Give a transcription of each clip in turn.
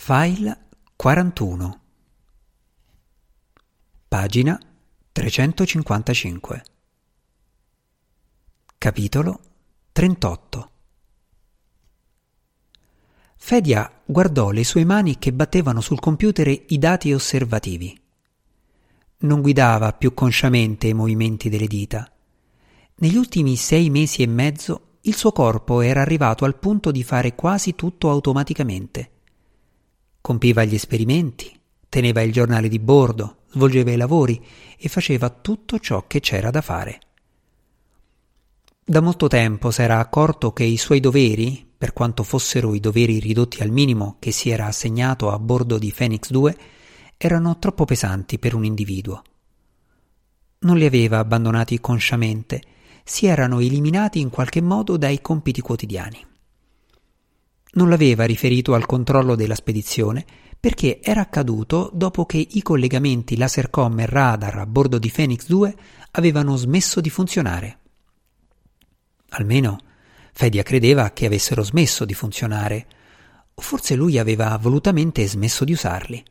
File 41. Pagina 355. Capitolo 38. Fedia guardò le sue mani che battevano sul computer i dati osservativi. Non guidava più consciamente i movimenti delle dita. Negli ultimi 6 mesi e mezzo il suo corpo era arrivato al punto di fare quasi tutto automaticamente. Compiva gli esperimenti, teneva il giornale di bordo, svolgeva i lavori e faceva tutto ciò che c'era da fare. Da molto tempo s'era accorto che i suoi doveri, per quanto fossero i doveri ridotti al minimo che si era assegnato a bordo di Phoenix 2, erano troppo pesanti per un individuo. Non li aveva abbandonati consciamente, si erano eliminati in qualche modo dai compiti quotidiani. Non l'aveva riferito al controllo della spedizione perché era accaduto dopo che i collegamenti Lasercom e radar a bordo di Phoenix 2 avevano smesso di funzionare. Almeno Fedia credeva che avessero smesso di funzionare, o forse lui aveva volutamente smesso di usarli.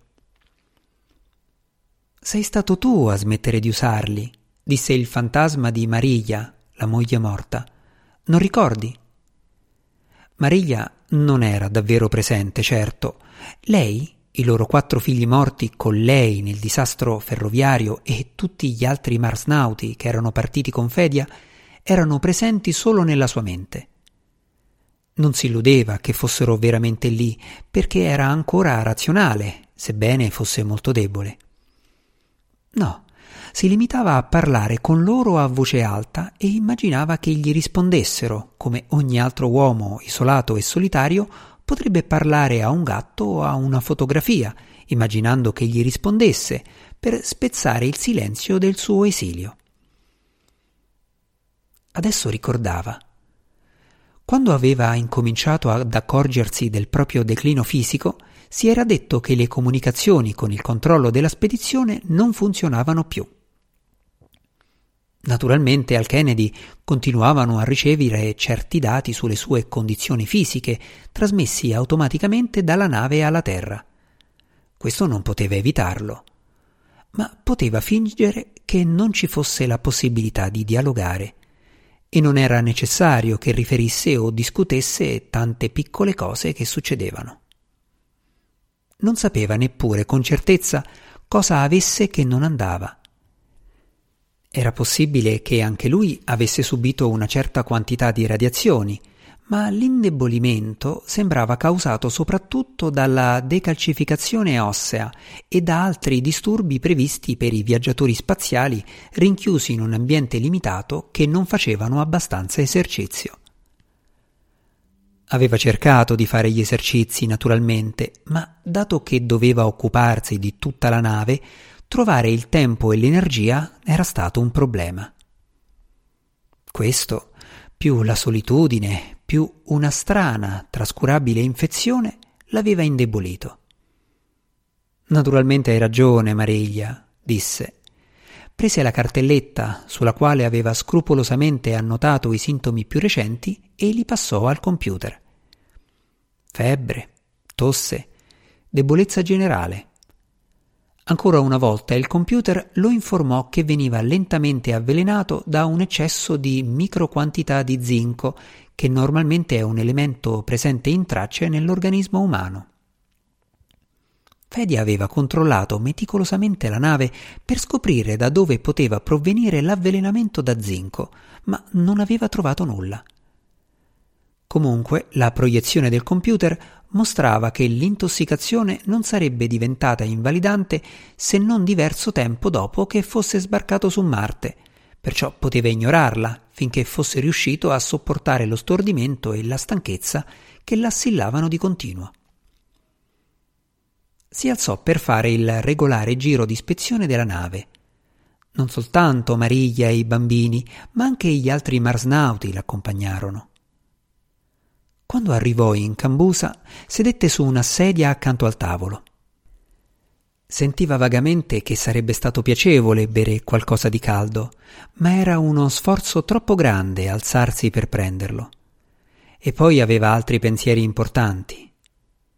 «Sei stato tu a smettere di usarli», disse il fantasma di Mariglia, la moglie morta. «Non ricordi?» Mariglia non era davvero presente, certo. Lei, i loro 4 figli morti con lei nel disastro ferroviario e tutti gli altri marsnauti che erano partiti con Fedia erano presenti solo nella sua mente. Non si illudeva che fossero veramente lì perché era ancora razionale, sebbene fosse molto debole. No, si limitava a parlare con loro a voce alta e immaginava che gli rispondessero, come ogni altro uomo isolato e solitario potrebbe parlare a un gatto o a una fotografia, immaginando che gli rispondesse per spezzare il silenzio del suo esilio. Adesso ricordava. Quando aveva incominciato ad accorgersi del proprio declino fisico, si era detto che le comunicazioni con il controllo della spedizione non funzionavano più. Naturalmente al Kennedy continuavano a ricevere certi dati sulle sue condizioni fisiche, trasmessi automaticamente dalla nave alla Terra. Questo non poteva evitarlo, ma poteva fingere che non ci fosse la possibilità di dialogare, e non era necessario che riferisse o discutesse tante piccole cose che succedevano. Non sapeva neppure con certezza cosa avesse che non andava. Era possibile che anche lui avesse subito una certa quantità di radiazioni, ma l'indebolimento sembrava causato soprattutto dalla decalcificazione ossea e da altri disturbi previsti per i viaggiatori spaziali rinchiusi in un ambiente limitato che non facevano abbastanza esercizio. Aveva cercato di fare gli esercizi naturalmente, ma dato che doveva occuparsi di tutta la nave, trovare il tempo e l'energia era stato un problema. Questo, più la solitudine, più una strana, trascurabile infezione, l'aveva indebolito. «Naturalmente hai ragione, Mariglia», disse. Prese la cartelletta sulla quale aveva scrupolosamente annotato i sintomi più recenti e li passò al computer. Febbre, tosse, debolezza generale. Ancora una volta il computer lo informò che veniva lentamente avvelenato da un eccesso di microquantità di zinco, che normalmente è un elemento presente in tracce nell'organismo umano. Fedia aveva controllato meticolosamente la nave per scoprire da dove poteva provenire l'avvelenamento da zinco, ma non aveva trovato nulla. Comunque, la proiezione del computer mostrava che l'intossicazione non sarebbe diventata invalidante se non diverso tempo dopo che fosse sbarcato su Marte, perciò poteva ignorarla finché fosse riuscito a sopportare lo stordimento e la stanchezza che l'assillavano di continuo. Si alzò per fare il regolare giro di ispezione della nave. Non soltanto Mariglia e i bambini, ma anche gli altri marsnauti l'accompagnarono. Quando arrivò in cambusa, sedette su una sedia accanto al tavolo. Sentiva vagamente che sarebbe stato piacevole bere qualcosa di caldo, ma era uno sforzo troppo grande alzarsi per prenderlo. E poi aveva altri pensieri importanti.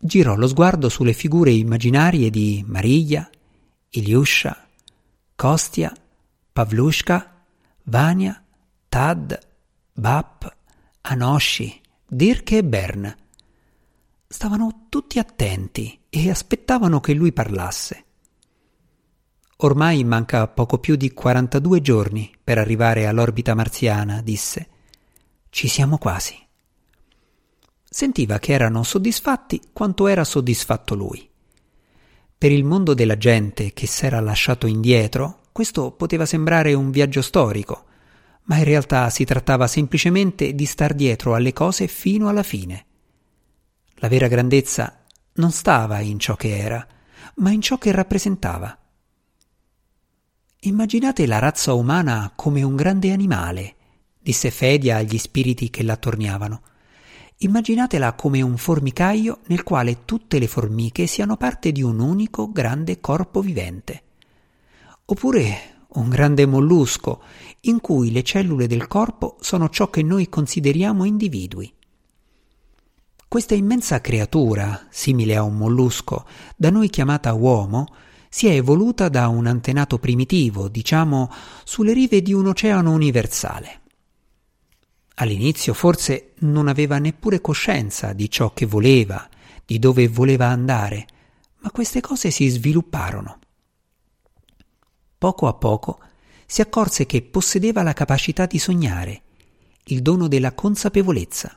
girò lo sguardo sulle figure immaginarie di Mariglia, Iliuscia, Kostia, Pavlushka, Vania, Tad, Bap, Anoshi, Dirk e Bern. Stavano tutti attenti e aspettavano che lui parlasse. Ormai manca poco più di 42 giorni per arrivare all'orbita marziana, disse. Ci siamo quasi. Sentiva che erano soddisfatti quanto era soddisfatto lui. Per il mondo della gente che s'era lasciato indietro, questo poteva sembrare un viaggio storico, ma in realtà si trattava semplicemente di star dietro alle cose fino alla fine. La vera grandezza non stava in ciò che era, ma in ciò che rappresentava. Immaginate la razza umana come un grande animale, disse Fedia agli spiriti che l'attorniavano. Immaginatela come un formicaio nel quale tutte le formiche siano parte di un unico grande corpo vivente. Oppure un grande mollusco in cui le cellule del corpo sono ciò che noi consideriamo individui. Questa immensa creatura, simile a un mollusco, da noi chiamata uomo, si è evoluta da un antenato primitivo, diciamo, sulle rive di un oceano universale. All'inizio forse non aveva neppure coscienza di ciò che voleva, di dove voleva andare, ma queste cose si svilupparono. Poco a poco si accorse che possedeva la capacità di sognare, il dono della consapevolezza.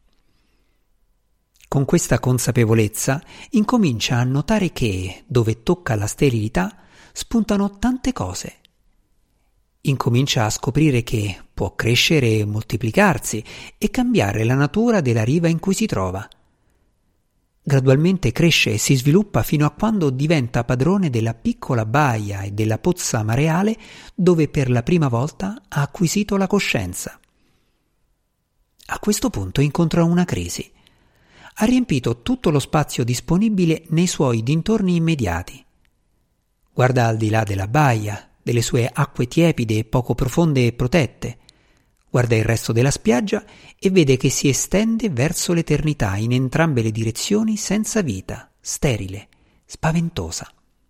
Con questa consapevolezza incomincia a notare che, dove tocca la sterilità, spuntano tante cose. Incomincia a scoprire che può crescere e moltiplicarsi e cambiare la natura della riva in cui si trova. Gradualmente cresce e si sviluppa fino a quando diventa padrone della piccola baia e della pozza mareale dove per la prima volta ha acquisito la coscienza. A questo punto incontra una crisi. Ha riempito tutto lo spazio disponibile nei suoi dintorni immediati. Guarda al di là della baia, delle sue acque tiepide e poco profonde e protette. Guarda il resto della spiaggia e vede che si estende verso l'eternità in entrambe le direzioni senza vita, sterile, spaventosa.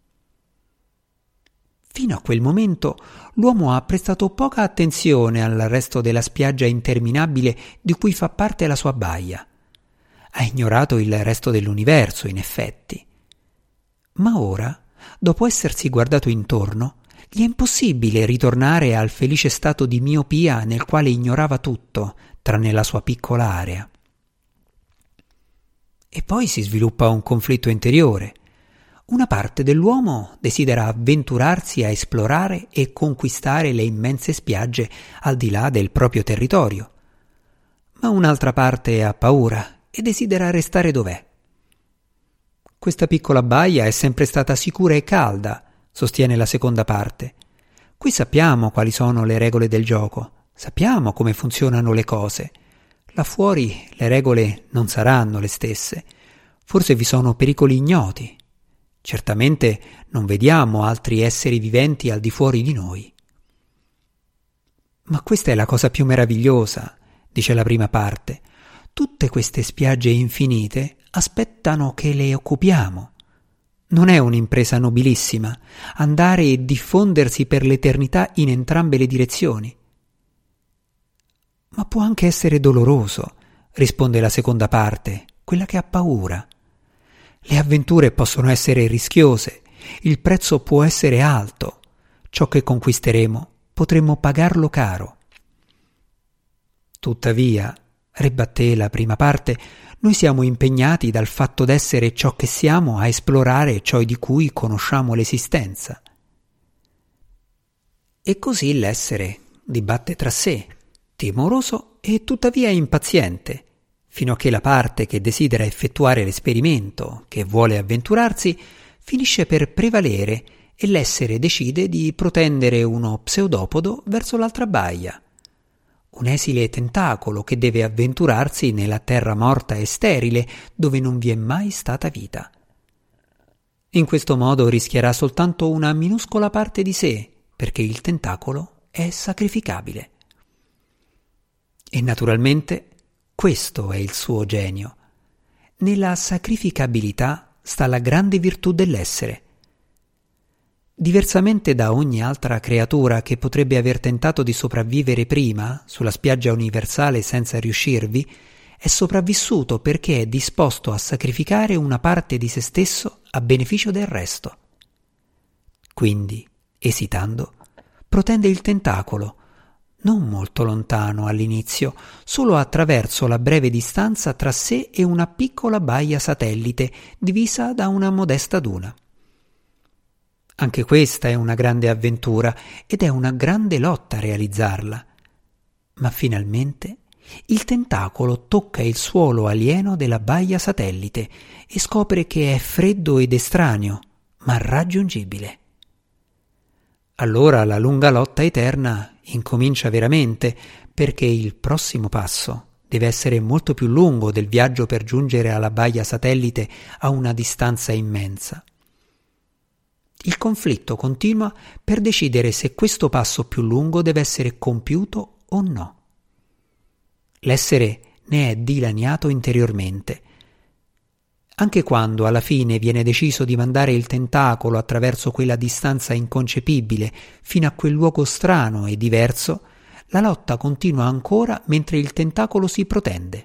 Fino a quel momento l'uomo ha prestato poca attenzione al resto della spiaggia interminabile di cui fa parte la sua baia. Ha ignorato il resto dell'universo, in effetti. Ma ora, dopo essersi guardato intorno, gli è impossibile ritornare al felice stato di miopia nel quale ignorava tutto, tranne la sua piccola area. E poi si sviluppa un conflitto interiore. Una parte dell'uomo desidera avventurarsi a esplorare e conquistare le immense spiagge al di là del proprio territorio. Ma un'altra parte ha paura e desidera restare dov'è. Questa piccola baia è sempre stata sicura e calda, sostiene la seconda parte. Qui sappiamo quali sono le regole del gioco, sappiamo come funzionano le cose. Là fuori le regole non saranno le stesse. Forse vi sono pericoli ignoti. Certamente non vediamo altri esseri viventi al di fuori di noi. Ma questa è la cosa più meravigliosa, dice la prima parte. Tutte queste spiagge infinite aspettano che le occupiamo. Non è un'impresa nobilissima andare e diffondersi per l'eternità in entrambe le direzioni? Ma può anche essere doloroso, risponde la seconda parte, quella che ha paura. Le avventure possono essere rischiose, il prezzo può essere alto. Ciò che conquisteremo potremmo pagarlo caro. Tuttavia, ribatté la prima parte, noi siamo impegnati dal fatto d'essere ciò che siamo a esplorare ciò di cui conosciamo l'esistenza. E così l'essere dibatte tra sé, timoroso e tuttavia impaziente, fino a che la parte che desidera effettuare l'esperimento, che vuole avventurarsi, finisce per prevalere e l'essere decide di protendere uno pseudopodo verso l'altra baia. Un esile tentacolo che deve avventurarsi nella terra morta e sterile dove non vi è mai stata vita. In questo modo rischierà soltanto una minuscola parte di sé, perché il tentacolo è sacrificabile. E naturalmente questo è il suo genio. Nella sacrificabilità sta la grande virtù dell'essere. Diversamente da ogni altra creatura che potrebbe aver tentato di sopravvivere prima sulla spiaggia universale senza riuscirvi, è sopravvissuto perché è disposto a sacrificare una parte di se stesso a beneficio del resto. Quindi, esitando, protende il tentacolo, non molto lontano all'inizio, solo attraverso la breve distanza tra sé e una piccola baia satellite divisa da una modesta duna. Anche questa è una grande avventura ed è una grande lotta a realizzarla. Ma finalmente il tentacolo tocca il suolo alieno della baia satellite e scopre che è freddo ed estraneo, ma raggiungibile. Allora la lunga lotta eterna incomincia veramente, perché il prossimo passo deve essere molto più lungo del viaggio per giungere alla baia satellite a una distanza immensa. Il conflitto continua per decidere se questo passo più lungo deve essere compiuto o no. L'essere ne è dilaniato interiormente. Anche quando alla fine viene deciso di mandare il tentacolo attraverso quella distanza inconcepibile fino a quel luogo strano e diverso, la lotta continua ancora mentre il tentacolo si protende.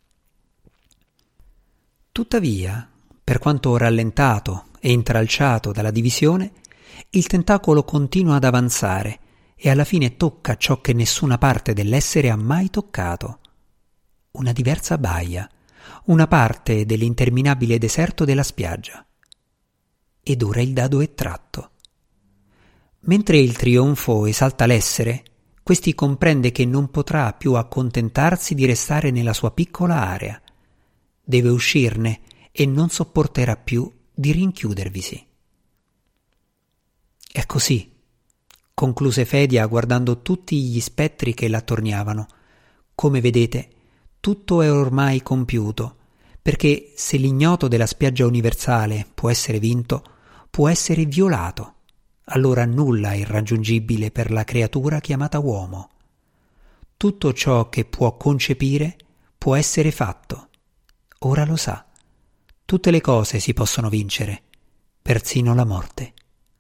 Tuttavia, per quanto rallentato e intralciato dalla divisione, il tentacolo continua ad avanzare e alla fine tocca ciò che nessuna parte dell'essere ha mai toccato: una diversa baia, una parte dell'interminabile deserto della spiaggia. Ed ora il dado è tratto. Mentre il trionfo esalta l'essere, questi comprende che non potrà più accontentarsi di restare nella sua piccola area. Deve uscirne e non sopporterà più di rinchiudervisi. È così, concluse Fedia guardando tutti gli spettri che l'attorniavano. Come vedete, tutto è ormai compiuto, perché se l'ignoto della spiaggia universale può essere vinto, può essere violato. Allora nulla è irraggiungibile per la creatura chiamata uomo. Tutto ciò che può concepire può essere fatto. Ora lo sa. Tutte le cose si possono vincere, persino la morte.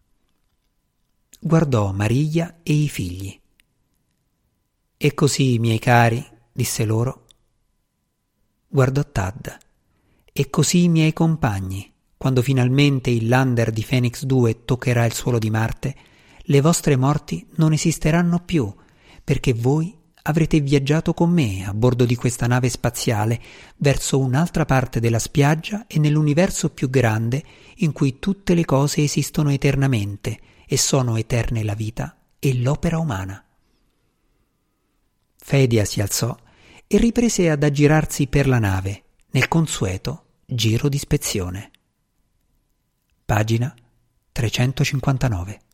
Guardò Mariglia e i figli. E così, miei cari, disse loro. Guardò Tad. E così, miei compagni, quando finalmente il lander di Phoenix 2 toccherà il suolo di Marte, le vostre morti non esisteranno più, perché voi avrete viaggiato con me a bordo di questa nave spaziale verso un'altra parte della spiaggia e nell'universo più grande in cui tutte le cose esistono eternamente e sono eterne la vita e l'opera umana. Fedia si alzò e riprese ad aggirarsi per la nave nel consueto giro di ispezione. Pagina 359.